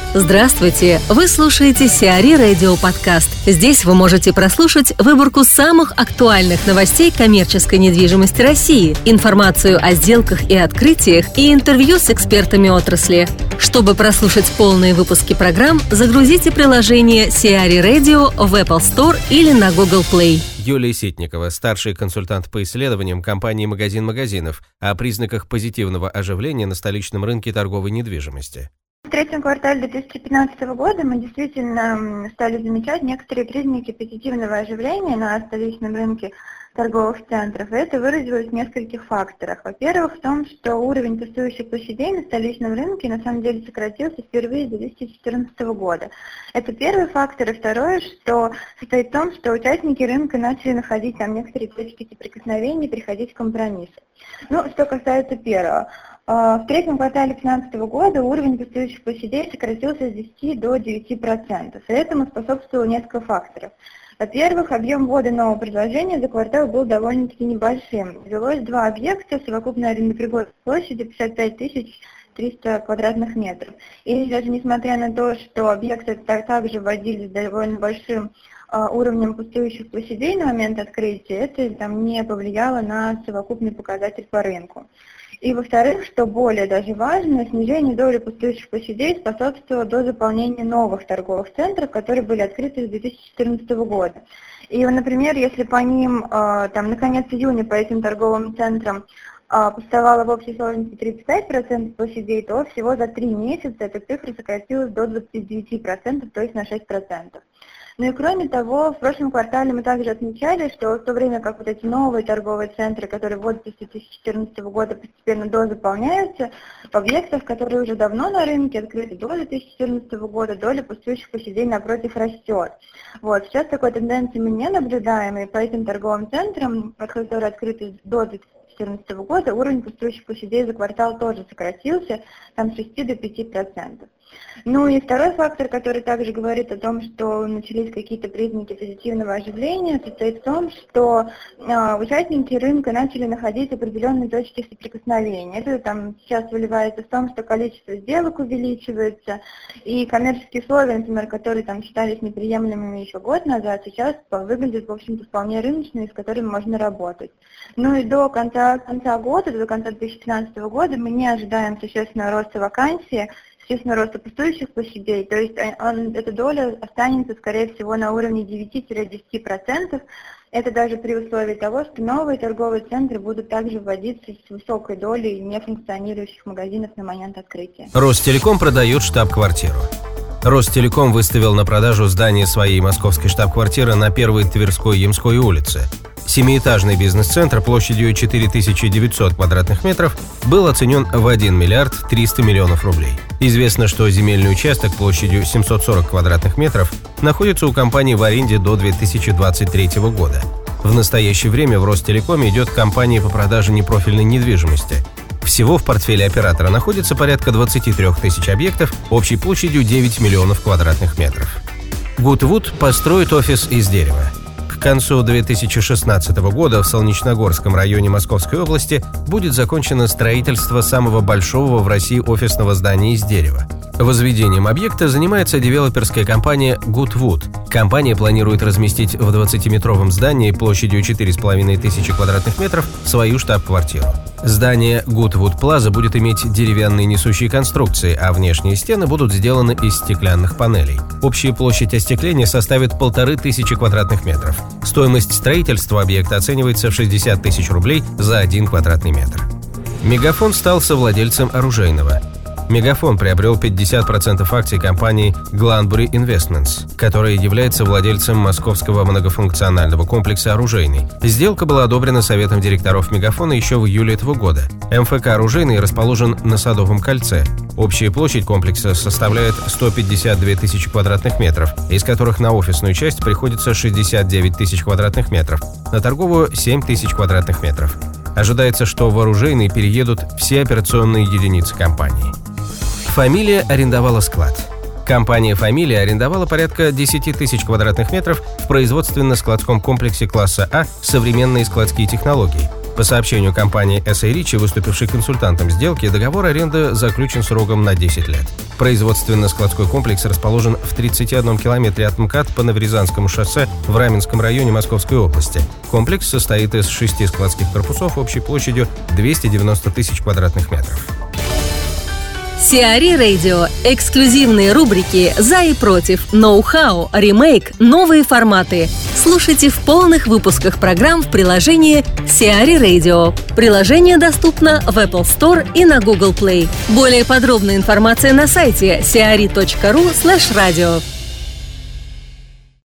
Здравствуйте! Вы слушаете Сиари Радио Подкаст. Здесь вы можете прослушать выборку самых актуальных новостей коммерческой недвижимости России, информацию о сделках и открытиях и интервью с экспертами отрасли. Чтобы прослушать полные выпуски программ, загрузите приложение Сиари Radio в Apple Store или на Google Play. Юлия Ситникова, старший консультант по исследованиям компании «Магазин магазинов», о признаках позитивного оживления на столичном рынке торговой недвижимости. В третьем квартале 2015 года мы действительно стали замечать некоторые признаки позитивного оживления на столичном рынке торговых центров. И это выразилось в нескольких факторах. Во-первых, в том, что уровень пустующих площадей на столичном рынке на самом деле сократился впервые с 2014 года. Это первый фактор. И второе, что состоит в том, что участники рынка начали находить там некоторые точки соприкосновения, приходить к компромиссу. Что касается первого. В третьем квартале 2015 года уровень пустующих площадей сократился с 10 до 9%. И этому способствовало несколько факторов. Во-первых, объем ввода нового предложения за квартал был довольно-таки небольшим. Ввелось 2 объекта, совокупная арендопригодность площади 55 300 квадратных метров. И даже несмотря на то, что объекты также вводились с довольно большим уровнем пустующих площадей на момент открытия, это не повлияло на совокупный показатель по рынку. И во-вторых, что более даже важно, снижение доли пустующих площадей способствовало до заполнения новых торговых центров, которые были открыты с 2014 года. И, например, если по ним, на конец июня по этим торговым центрам пустовало в общей сложности 35% площадей, то всего за 3 месяца эта цифра сократилась до 29%, то есть на 6%. И кроме того, в прошлом квартале мы также отмечали, что в то время как эти новые торговые центры, которые вводятся с 2014 года, постепенно дозаполняются, в объектах, которые уже давно на рынке открыты до 2014 года, доля пустующих площадей напротив растет. Сейчас такой тенденции мы не наблюдаем, и по этим торговым центрам, которые открыты до 2014 года, уровень пустующих площадей за квартал тоже сократился с 6 до 5%. И второй фактор, который также говорит о том, что начались какие-то признаки позитивного оживления, состоит в том, что участники рынка начали находить определенные точки соприкосновения. Это сейчас выливается в том, что количество сделок увеличивается, и коммерческие условия, например, которые считались неприемлемыми еще год назад, сейчас выглядят, в общем-то, вполне рыночными, с которыми можно работать. И до конца года, до конца 2015 года мы не ожидаем существенного роста вакансий, существенного роста пустующих площадей, то есть эта доля останется, скорее всего, на уровне 9-10%. Это даже при условии того, что новые торговые центры будут также вводиться с высокой долей нефункционирующих магазинов на момент открытия. Ростелеком продает штаб-квартиру. Ростелеком выставил на продажу здание своей московской штаб-квартиры на 1-й Тверской Ямской улице. 7-этажный бизнес-центр площадью 4900 квадратных метров был оценен в 1 миллиард 300 миллионов рублей. Известно, что земельный участок площадью 740 квадратных метров находится у компании в аренде до 2023 года. В настоящее время в Ростелекоме идет кампания по продаже непрофильной недвижимости. Всего в портфеле оператора находится порядка 23 тысяч объектов общей площадью 9 миллионов квадратных метров. Goodwood построит офис из дерева. К концу 2016 года в Солнечногорском районе Московской области будет закончено строительство самого большого в России офисного здания из дерева. Возведением объекта занимается девелоперская компания Goodwood. Компания планирует разместить в 20-метровом здании площадью 4500 квадратных метров свою штаб-квартиру. Здание Goodwood Plaza будет иметь деревянные несущие конструкции, а внешние стены будут сделаны из стеклянных панелей. Общая площадь остекления составит 1500 квадратных метров. Стоимость строительства объекта оценивается в 60 тысяч рублей за 1 квадратный метр. Мегафон стал совладельцем оружейного. Мегафон приобрел 50% акций компании Glanbury Investments, которая является владельцем московского многофункционального комплекса «Оружейный». Сделка была одобрена Советом директоров Мегафона еще в июле этого года. МФК «Оружейный» расположен на Садовом кольце. Общая площадь комплекса составляет 152 тысячи квадратных метров, из которых на офисную часть приходится 69 тысяч квадратных метров, на торговую – 7 тысяч квадратных метров. Ожидается, что в «Оружейный» переедут все операционные единицы компании. «Фамилия» арендовала склад. Компания «Фамилия» арендовала порядка 10 тысяч квадратных метров в производственно-складском комплексе класса А «Современные складские технологии». По сообщению компании SA Ricci, выступившей консультантом сделки, договор аренды заключен сроком на 10 лет. Производственно-складской комплекс расположен в 31 километре от МКАД по Новорязанскому шоссе в Раменском районе Московской области. Комплекс состоит из 6 складских корпусов общей площадью 290 тысяч квадратных метров. Сиари Радио. Эксклюзивные рубрики «За и против», «Ноу-хау», «Ремейк», «Новые форматы». Слушайте в полных выпусках программ в приложении Сиари Radio. Приложение доступно в Apple Store и на Google Play. Более подробная информация на сайте siari.ru/radio.